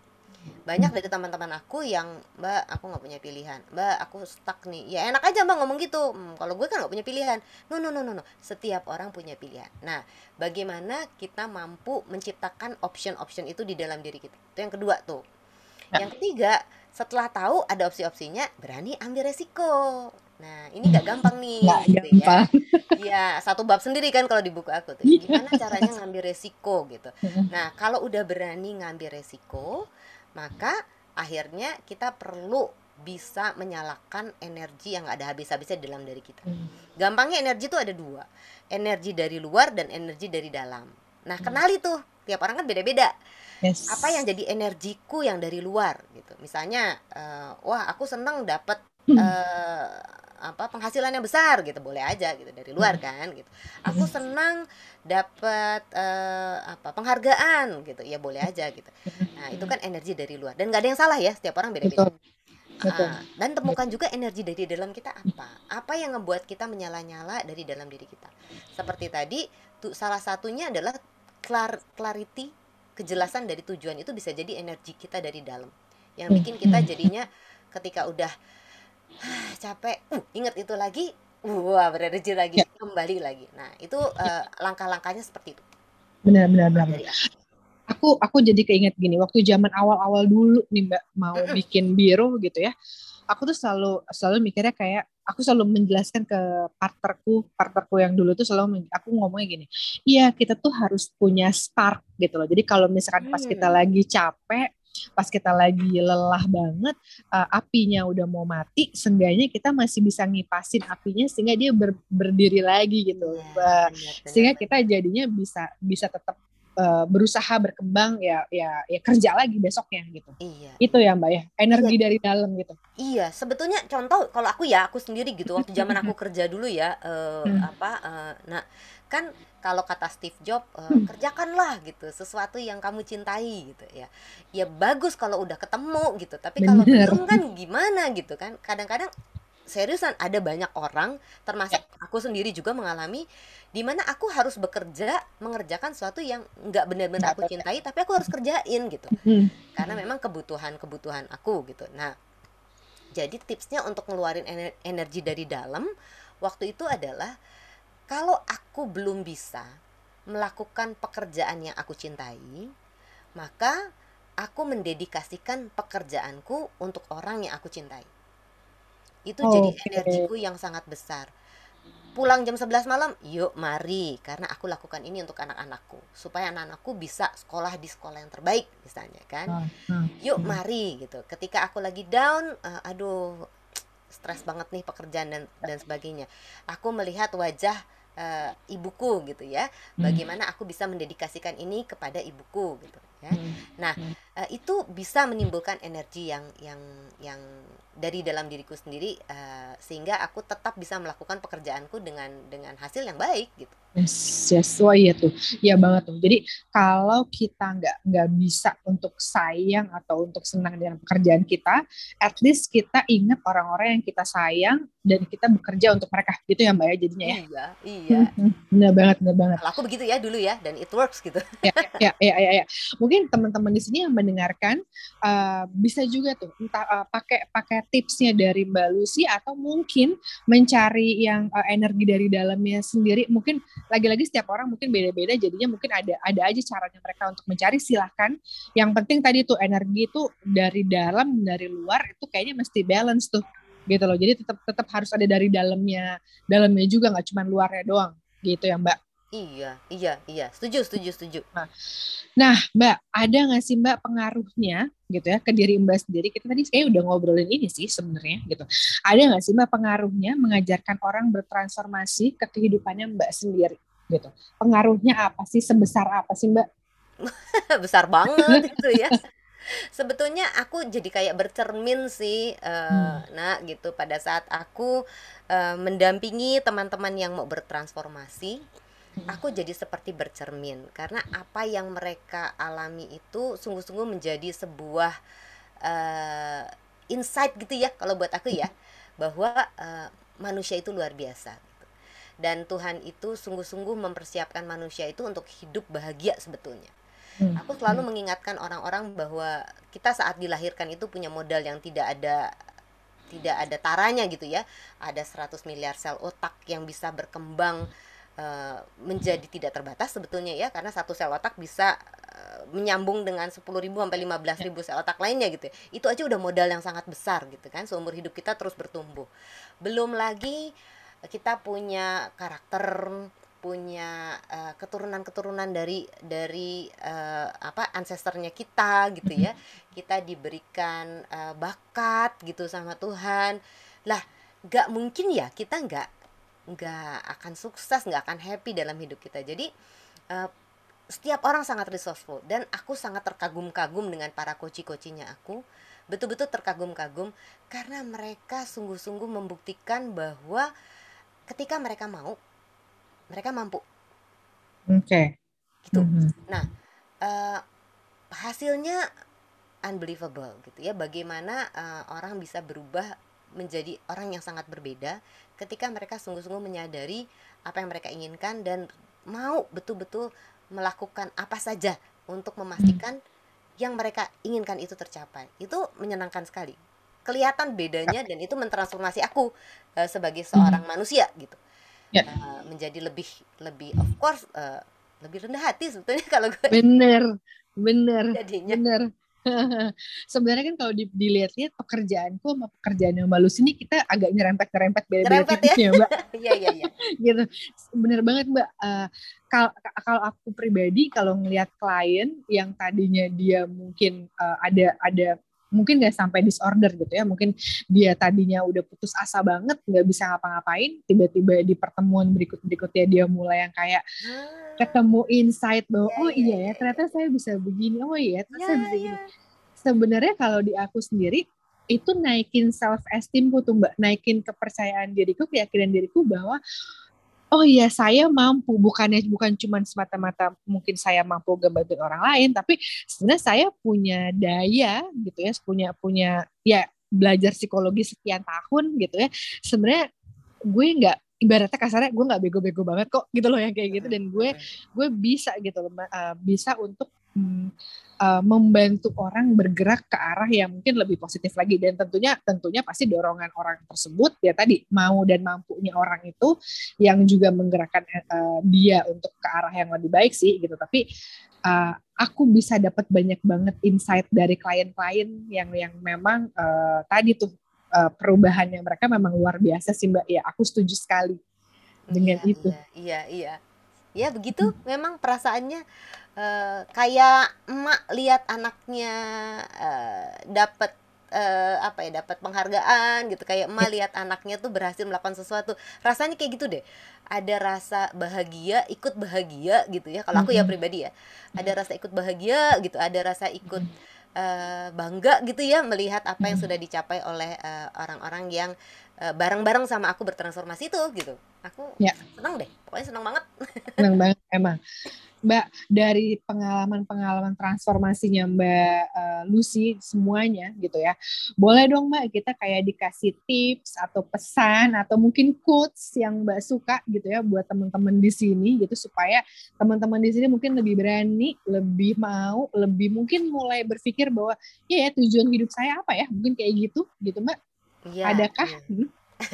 Banyak dari teman-teman aku yang, Mbak, aku nggak punya pilihan, Mbak, aku stuck nih. Ya enak aja Mbak ngomong gitu. Hmm, kalau gue kan nggak punya pilihan. No, no, no, no, no. Setiap orang punya pilihan. Nah, bagaimana kita mampu menciptakan option-option itu di dalam diri kita? Itu yang kedua tuh. Yang ketiga, setelah tahu ada opsi-opsinya, berani ambil resiko. Nah, ini gak gampang nih,
gak
gitu
gampang.
ya. Ya, satu bab sendiri kan kalau di buku aku tuh. Gimana caranya ngambil resiko gitu. Nah, kalau udah berani ngambil resiko, maka akhirnya kita perlu bisa menyalakan energi yang gak ada habis-habisnya dalam diri kita. Gampangnya energi tuh ada dua. Energi dari luar dan energi dari dalam. Nah, kenali tuh. Tiap orang kan beda-beda. Yes. Apa yang jadi energiku yang dari luar gitu. Misalnya, uh, wah aku seneng dapet uh, apa penghasilan yang besar gitu, boleh aja gitu dari luar kan gitu. Aku senang dapat uh, apa penghargaan gitu, ya boleh aja gitu. Nah, itu kan energi dari luar dan nggak ada yang salah ya, setiap orang beda-beda. Uh, dan temukan juga energi dari dalam kita apa? Apa yang membuat kita menyala-nyala dari dalam diri kita? Seperti tadi, tuh salah satunya adalah clar- clarity, kejelasan dari tujuan itu bisa jadi energi kita dari dalam. Yang bikin kita jadinya ketika udah capek, uh, inget itu lagi, wah berenergi lagi, kembali lagi. Nah, itu uh, langkah-langkahnya seperti itu.
Benar-benar benar. Aku aku jadi keinget gini, waktu zaman awal-awal dulu nih Mbak mau Mm-mm. bikin biro gitu ya. Aku tuh selalu selalu mikirnya kayak aku selalu menjelaskan ke partnerku, partnerku yang dulu tuh selalu aku ngomongnya gini. Iya, kita tuh harus punya spark gitu loh. Jadi kalau misalkan pas kita
Hmm.
lagi capek, pas kita lagi lelah banget, uh, apinya udah mau mati, seenggaknya kita masih bisa ngipasin apinya sehingga dia ber, berdiri lagi gitu.
Iya,
Uh,
benar,
sehingga
benar,
kita jadinya bisa bisa tetap uh, berusaha berkembang ya ya ya kerja lagi besoknya gitu.
Iya.
Itu ya Mbak ya, energi
Iya.
dari dalam gitu.
Iya, sebetulnya contoh kalau aku ya, aku sendiri gitu waktu zaman aku kerja dulu ya, eh,
Hmm.
apa, eh, nah kan kalau kata Steve Jobs, eh, kerjakanlah gitu sesuatu yang kamu cintai gitu ya. Ya bagus kalau udah ketemu gitu, tapi kalau
Bener.
belum kan gimana gitu kan. Kadang-kadang seriusan ada banyak orang, termasuk aku sendiri juga mengalami di mana aku harus bekerja mengerjakan sesuatu yang nggak benar-benar aku cintai, tapi aku harus kerjain gitu.
Hmm.
Karena memang kebutuhan-kebutuhan aku gitu. Nah, jadi tipsnya untuk ngeluarin ener- energi dari dalam waktu itu adalah kalau aku belum bisa melakukan pekerjaan yang aku cintai, maka aku mendedikasikan pekerjaanku untuk orang yang aku cintai. Itu jadi
Okay.
energiku yang sangat besar. Pulang jam sebelas malam, yuk mari, karena aku lakukan ini untuk anak-anakku supaya anak-anakku bisa sekolah di sekolah yang terbaik misalnya kan.
Hmm. Hmm.
Yuk mari gitu. Ketika aku lagi down, uh, aduh stres banget nih pekerjaan dan dan sebagainya. Aku melihat wajah uh, ibuku gitu ya. Bagaimana aku bisa mendedikasikan ini kepada ibuku gitu ya. Nah, uh, itu bisa menimbulkan energi yang yang yang dari dalam diriku sendiri uh, sehingga aku tetap bisa melakukan pekerjaanku dengan dengan hasil yang baik gitu.
Yes, yes, wah iya tuh, iya banget tuh. Jadi kalau kita nggak nggak bisa untuk sayang atau untuk senang dengan pekerjaan kita, at least kita ingat orang-orang yang kita sayang dan kita bekerja untuk mereka, gitu ya Mbak ya jadinya ya.
Iya, iya.
Benar banget, benar banget.
Kalau aku begitu ya dulu ya, dan it works gitu.
Ya, ya, ya, ya, ya. Mungkin teman-teman di sini yang mendengarkan uh, bisa juga tuh entah uh, pakai pakai tipsnya dari Mbak Lucy atau mungkin mencari yang uh, energi dari dalamnya sendiri. Mungkin lagi-lagi setiap orang mungkin beda-beda, jadinya mungkin ada ada aja caranya mereka untuk mencari. Silahkan. Yang penting tadi tuh energi itu dari dalam dari luar itu kayaknya mesti balance tuh gitu loh. Jadi tetap tetap harus ada dari dalamnya dalamnya juga, nggak cuma luarnya doang gitu ya Mbak.
Iya, iya, iya. Setuju, setuju, setuju.
Nah, nah, Mbak, ada nggak sih Mbak pengaruhnya gitu ya ke diri Mbak sendiri? Kita tadi kayak udah ngobrolin ini sih sebenarnya gitu. Ada nggak sih Mbak pengaruhnya mengajarkan orang bertransformasi ke kehidupannya Mbak sendiri gitu? Pengaruhnya apa sih? Sebesar apa sih Mbak?
Besar banget itu ya. Sebetulnya aku jadi kayak bercermin sih, uh,
Hmm.
nah gitu pada saat aku uh, mendampingi teman-teman yang mau bertransformasi. Aku jadi seperti bercermin karena apa yang mereka alami itu sungguh-sungguh menjadi sebuah uh, insight gitu ya kalau buat aku ya, bahwa uh, manusia itu luar biasa gitu. Dan Tuhan itu sungguh-sungguh mempersiapkan manusia itu untuk hidup bahagia sebetulnya. Aku selalu mengingatkan orang-orang bahwa kita saat dilahirkan itu punya modal yang tidak ada tidak ada taranya gitu ya. Ada seratus miliar sel otak yang bisa berkembang uh, menjadi tidak terbatas sebetulnya ya, karena satu sel otak bisa uh, menyambung dengan sepuluh ribu sampai lima belas ribu sel otak lainnya gitu ya. Itu aja udah modal yang sangat besar gitu kan. Seumur hidup kita terus bertumbuh. Belum lagi kita punya karakter, punya uh, keturunan-keturunan dari dari uh, apa ancestornya kita gitu ya. Kita diberikan uh, bakat gitu sama Tuhan. Lah, nggak mungkin ya kita nggak nggak akan sukses, nggak akan happy dalam hidup kita. Jadi uh, setiap orang sangat resourceful dan aku sangat terkagum-kagum dengan para coach-coachnya aku. Betul-betul terkagum-kagum karena mereka sungguh-sungguh membuktikan bahwa ketika mereka mau, mereka mampu.
Oke. Okay.
Gitu.
Mm-hmm.
Nah, uh, hasilnya unbelievable gitu ya. Bagaimana uh, orang bisa berubah menjadi orang yang sangat berbeda ketika mereka sungguh-sungguh menyadari apa yang mereka inginkan dan mau betul-betul melakukan apa saja untuk memastikan mm. yang mereka inginkan itu tercapai. Itu menyenangkan sekali. Kelihatan bedanya dan itu mentransformasi aku uh, sebagai seorang mm. manusia gitu.
Ya.
uh, menjadi lebih lebih of course uh, lebih rendah hati sebetulnya kalau gue
Bener, bener,
jadinya.
bener. Sebenarnya kan kalau di, dilihat-lihat pekerjaanku sama pekerjaan yang Mbak Lucy ini kita agak nyerempet-nyerempet beda-beda
Nyerempet ya.
tipisnya Mbak.
Iya iya iya.
Gitu. Bener banget Mbak. Uh, kalau kalau aku pribadi kalau ngelihat klien yang tadinya dia mungkin uh, ada ada mungkin nggak sampai disorder gitu ya, mungkin dia tadinya udah putus asa banget nggak bisa ngapa-ngapain, tiba-tiba di pertemuan berikut berikutnya dia mulai yang kayak
Ah,
ketemu insight bahwa
iya
oh
iya
iya ya
iya iya.
ternyata saya bisa begini, oh iya ternyata
Iya
saya bisa
iya.
gini. Sebenarnya kalau di aku sendiri itu naikin self esteemku tuh Mbak, naikin kepercayaan diriku, keyakinan diriku bahwa oh iya saya mampu, bukannya bukan cuma semata-mata mungkin saya mampu ngebantu orang lain, tapi sebenarnya saya punya daya gitu ya, punya punya ya belajar psikologi sekian tahun gitu ya. Sebenarnya gue nggak ibaratnya kasarnya gue nggak bego-bego banget kok gitu loh yang kayak gitu,
Mm-mm,
dan gue
mm-mm.
gue bisa gitu loh uh, bisa untuk mm, uh, membantu orang bergerak ke arah yang mungkin lebih positif lagi, dan tentunya tentunya pasti dorongan orang tersebut ya tadi mau dan mampunya orang itu yang juga menggerakkan uh, dia untuk ke arah yang lebih baik sih gitu. Tapi uh, aku bisa dapat banyak banget insight dari klien-klien yang yang memang uh, tadi tuh uh, perubahannya mereka memang luar biasa sih Mbak. Ya, aku setuju sekali dengan
Iya
itu.
iya iya iya. Ya begitu memang perasaannya, eh, kayak emak lihat anaknya eh, dapat eh, apa ya dapat penghargaan gitu, kayak emak
Ya.
lihat anaknya tuh berhasil melakukan sesuatu, rasanya kayak gitu deh, ada rasa bahagia ikut bahagia gitu ya kalau aku ya
Mm-mm.
pribadi ya, ada rasa ikut bahagia gitu, ada rasa ikut eh, bangga gitu ya melihat apa yang
Mm-mm.
sudah dicapai oleh eh, orang-orang yang eh, bareng-bareng sama aku bertransformasi itu gitu. Aku
Ya,
seneng deh, pokoknya seneng banget.
senang banget emang. Mbak, dari pengalaman-pengalaman transformasinya Mbak uh, Lucy semuanya gitu ya. Boleh dong Mbak kita kayak dikasih tips atau pesan atau mungkin quotes yang Mbak suka gitu ya buat teman-teman di sini gitu, supaya teman-teman di sini mungkin lebih berani, lebih mau, lebih mungkin mulai berpikir bahwa ya, ya tujuan hidup saya apa ya? Mungkin kayak gitu gitu Mbak.
Iya,
Adakah?
iya.
Hmm?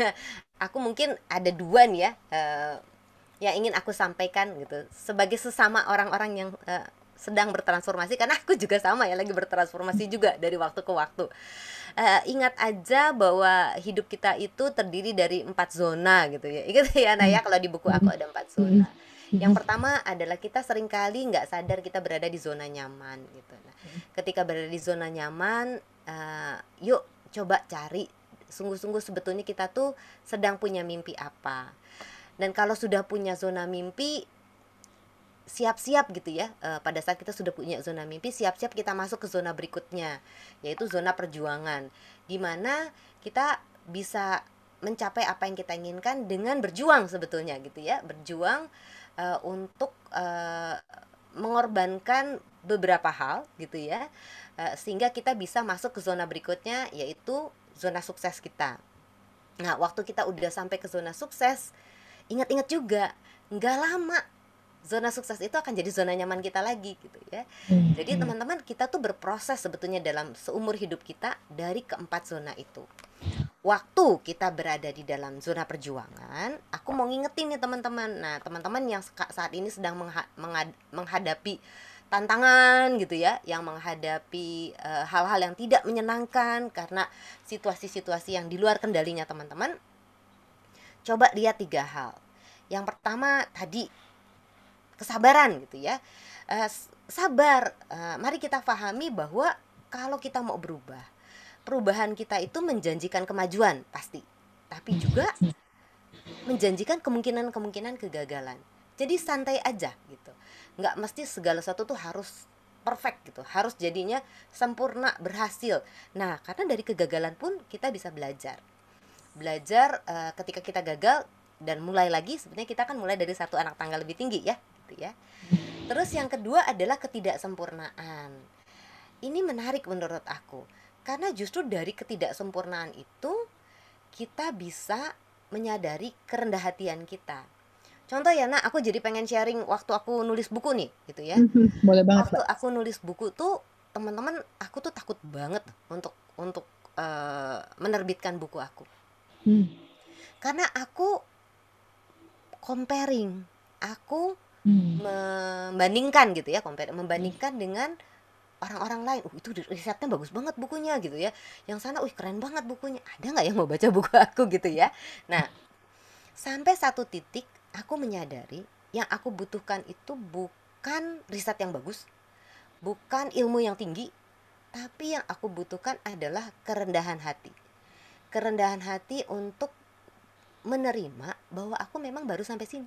Aku mungkin ada dua nih ya, eh, yang ingin aku sampaikan gitu sebagai sesama orang-orang yang eh, sedang bertransformasi, karena aku juga sama ya, lagi bertransformasi juga dari waktu ke waktu. Eh, ingat aja bahwa hidup kita itu terdiri dari empat zona gitu ya. Ingat ya Naya, kalau di buku aku
Hmm.
ada empat
Hmm.
zona. Yang
Hmm.
pertama adalah kita seringkali nggak sadar kita berada di zona nyaman gitu. Nah, ketika berada di zona nyaman, eh, yuk coba cari sungguh-sungguh sebetulnya kita tuh sedang punya mimpi apa. Dan kalau sudah punya zona mimpi, siap-siap gitu ya, eh, pada saat kita sudah punya zona mimpi, siap-siap kita masuk ke zona berikutnya, yaitu zona perjuangan, di mana kita bisa mencapai apa yang kita inginkan dengan berjuang sebetulnya gitu ya, berjuang eh, untuk eh, mengorbankan beberapa hal gitu ya, eh, sehingga kita bisa masuk ke zona berikutnya, yaitu zona sukses kita. Nah, waktu kita udah sampai ke zona sukses, ingat-ingat juga, nggak lama zona sukses itu akan jadi zona nyaman kita lagi gitu ya. Jadi
Hmm.
teman-teman, kita tuh berproses sebetulnya dalam seumur hidup kita dari keempat zona itu. Waktu kita berada di dalam zona perjuangan, aku mau ngingetin nih teman-teman. Nah, teman-teman yang saat ini sedang mengha- menghadapi tantangan gitu ya, yang menghadapi eh, hal-hal yang tidak menyenangkan karena situasi-situasi yang di luar kendalinya teman-teman, coba lihat tiga hal. Yang pertama tadi, kesabaran gitu ya. Eh, sabar. Eh, mari kita pahami bahwa kalau kita mau berubah, perubahan kita itu menjanjikan kemajuan pasti, tapi juga menjanjikan kemungkinan-kemungkinan kegagalan. Jadi santai aja gitu. Nggak mesti segala sesuatu tuh harus perfect gitu, harus jadinya sempurna, berhasil. Nah, karena dari kegagalan pun kita bisa belajar. Belajar eh, ketika kita gagal dan mulai lagi, sebenarnya kita kan mulai dari satu anak tangga lebih tinggi ya, gitu ya. Terus yang kedua adalah ketidaksempurnaan. Ini menarik menurut aku, karena justru dari ketidaksempurnaan itu kita bisa menyadari kerendah hatian kita. Contoh ya, nak, aku jadi pengen sharing waktu aku nulis buku nih, gitu ya.
Hmm. Boleh banget
Waktu
Mbak.
aku nulis buku tuh, teman-teman, aku tuh takut banget untuk untuk eh, menerbitkan buku aku.
Hmm.
Karena aku comparing, aku hmm. membandingkan gitu ya, compare, membandingkan hmm. dengan orang-orang lain. Uh, itu risetnya bagus banget bukunya gitu ya. Yang sana, wih keren banget bukunya. Ada nggak yang mau baca buku aku gitu ya? Nah, sampai satu titik aku menyadari yang aku butuhkan itu bukan riset yang bagus, bukan ilmu yang tinggi, tapi yang aku butuhkan adalah kerendahan hati. Kerendahan hati untuk menerima bahwa aku memang baru sampai sini.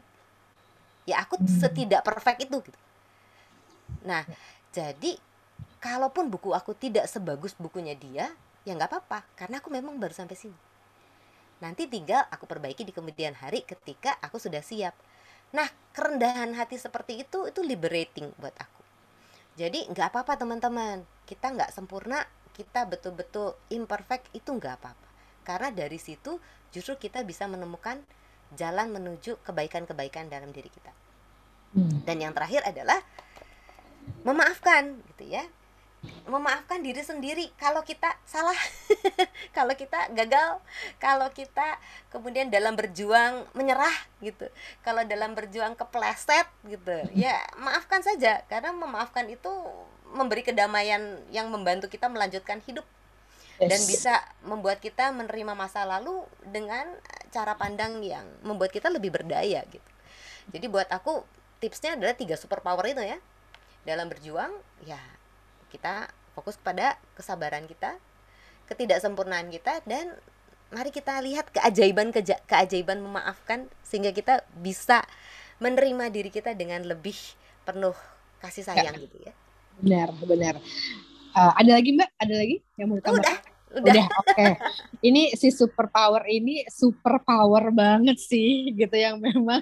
Ya aku setidak perfect itu gitu. Nah, jadi kalaupun buku aku tidak sebagus bukunya dia, ya nggak apa-apa, karena aku memang baru sampai sini. Nanti tinggal aku perbaiki di kemudian hari ketika aku sudah siap. Nah, kerendahan hati seperti itu, itu liberating buat aku. Jadi nggak apa-apa teman-teman, kita nggak sempurna, kita betul-betul imperfect, itu nggak apa-apa. Karena dari situ justru kita bisa menemukan jalan menuju kebaikan-kebaikan dalam diri kita. Dan yang terakhir adalah memaafkan gitu ya. Memaafkan diri sendiri kalau kita salah, kalau kita gagal, kalau kita kemudian dalam berjuang menyerah gitu, kalau dalam berjuang kepleset gitu, ya maafkan saja, karena memaafkan itu memberi kedamaian yang membantu kita melanjutkan hidup. Yes. Dan bisa membuat kita menerima masa lalu dengan cara pandang yang membuat kita lebih berdaya gitu. Jadi buat aku tipsnya adalah tiga superpower itu ya. Dalam berjuang, ya kita fokus kepada kesabaran kita, ketidaksempurnaan kita, dan mari kita lihat keajaiban keja- keajaiban memaafkan sehingga kita bisa menerima diri kita dengan lebih penuh kasih sayang ya. Gitu ya.
Benar, benar. Uh, ada lagi Mbak? Ada lagi yang mau ditambahkan?
Udah, udah.
Udah, oke. Okay. Ini si superpower ini superpower banget sih, gitu, yang memang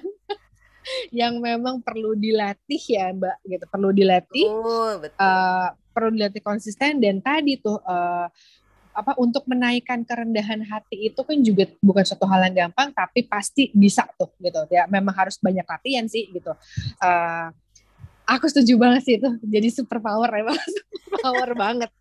yang memang perlu dilatih ya Mbak, gitu, perlu dilatih.
Oh, betul.
Uh, perlu dilatih konsisten, dan tadi tuh uh, apa untuk menaikkan kerendahan hati itu kan juga bukan suatu hal yang gampang, tapi pasti bisa tuh gitu ya, memang harus banyak latihan sih gitu. Uh, aku setuju banget sih itu jadi superpower, emang superpower banget.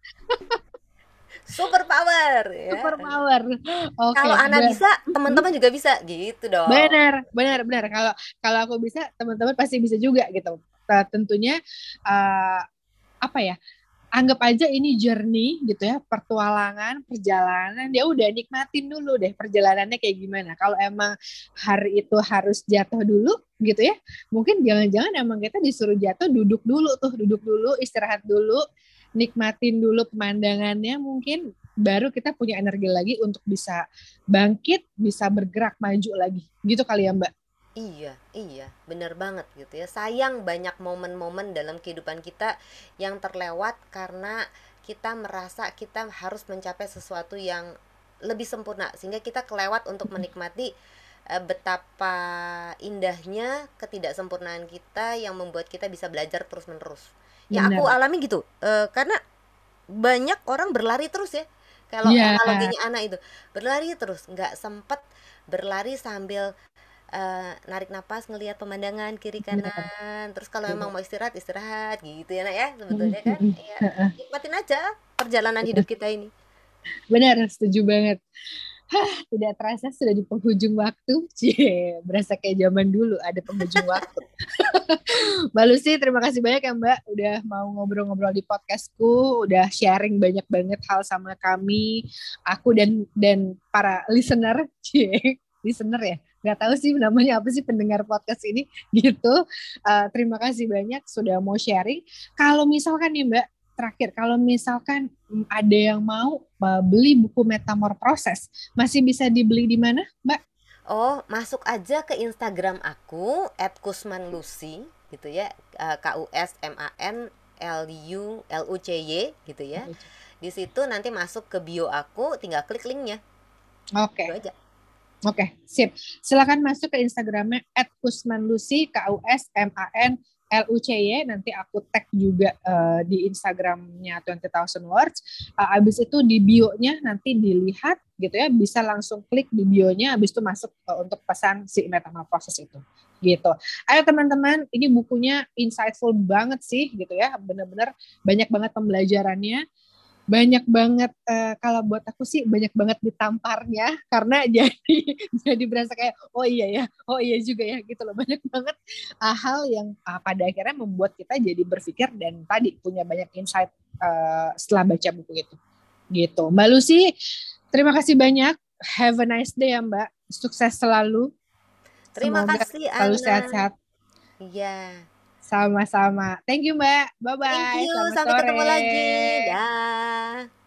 Superpower ya.
Superpower. Okay.
Kalau Ana bisa, teman-teman juga bisa gitu dong.
Benar, benar, benar. Kalau kalau aku bisa, teman-teman pasti bisa juga gitu. Nah, tentunya uh, apa ya? Anggap aja ini journey gitu ya, pertualangan, perjalanan. Ya udah nikmatin dulu deh perjalanannya kayak gimana. Kalau emang hari itu harus jatuh dulu gitu ya, mungkin jangan-jangan emang kita disuruh jatuh, duduk dulu tuh, duduk dulu, istirahat dulu, nikmatin dulu pemandangannya, mungkin baru kita punya energi lagi untuk bisa bangkit, bisa bergerak maju lagi. Gitu kali ya Mbak?
Iya, iya, benar banget gitu ya. Sayang banyak momen-momen dalam kehidupan kita yang terlewat karena kita merasa kita harus mencapai sesuatu yang lebih sempurna, sehingga kita kelewat untuk menikmati uh, betapa indahnya ketidaksempurnaan kita yang membuat kita bisa belajar terus-menerus. Ya aku alami gitu, uh, karena banyak orang berlari terus ya. Kalau yeah. analoginya Ana itu, berlari terus, nggak sempet berlari sambil Uh, narik napas, ngelihat pemandangan kiri kanan. Terus kalau emang mau istirahat, istirahat gitu ya Nak ya, sebetulnya kan ya, nikmatin aja perjalanan hidup kita ini.
Benar, setuju banget. Hah, tidak terasa sudah di penghujung waktu. Cie, berasa kayak zaman dulu ada penghujung waktu. Mbak Lucy, terima kasih banyak ya Mbak udah mau ngobrol-ngobrol di podcastku, udah sharing banyak banget hal sama kami, aku dan dan para listener. Cie, listener ya, nggak tahu sih namanya apa sih pendengar podcast ini gitu. Uh, terima kasih banyak sudah mau sharing. Kalau misalkan nih Mbak, terakhir, kalau misalkan ada yang mau uh, beli buku Metamorproses, masih bisa dibeli di mana Mbak?
Oh, masuk aja ke Instagram aku et kusmanlucy gitu ya, uh, K U S M A N L U L U C Y gitu ya. Di situ nanti masuk ke bio aku, tinggal klik linknya.
Oke. Okay. Oke, okay, sip. Silakan masuk ke Instagramnya et kusmanlucy, K U S M A N L U C Y. Nanti aku tag juga uh, di Instagramnya twenty thousand words. Uh, abis itu di bio-nya nanti dilihat gitu ya, bisa langsung klik di bio-nya, abis itu masuk uh, untuk pesan si Metamorproses itu. Gitu. Ayo teman-teman, ini bukunya insightful banget sih gitu ya, benar-benar banyak banget pembelajarannya. banyak banget uh, kalau buat aku sih banyak banget ditamparnya karena jadi jadi berasa kayak oh iya ya, oh iya juga ya gitu loh. Banyak banget uh, hal yang uh, pada akhirnya membuat kita jadi berpikir dan tadi punya banyak insight uh, setelah baca buku itu. Gitu. Mbak Lucy, terima kasih banyak. Have a nice day ya Mbak. Sukses selalu.
Terima
Semoga
kasih
selalu
Ana.
sehat-sehat.
Iya.
Sama-sama. Thank you Mbak.
Thank
Bye-bye.
you.
Selamat
Sampai ketemu
sore.
lagi. Dah.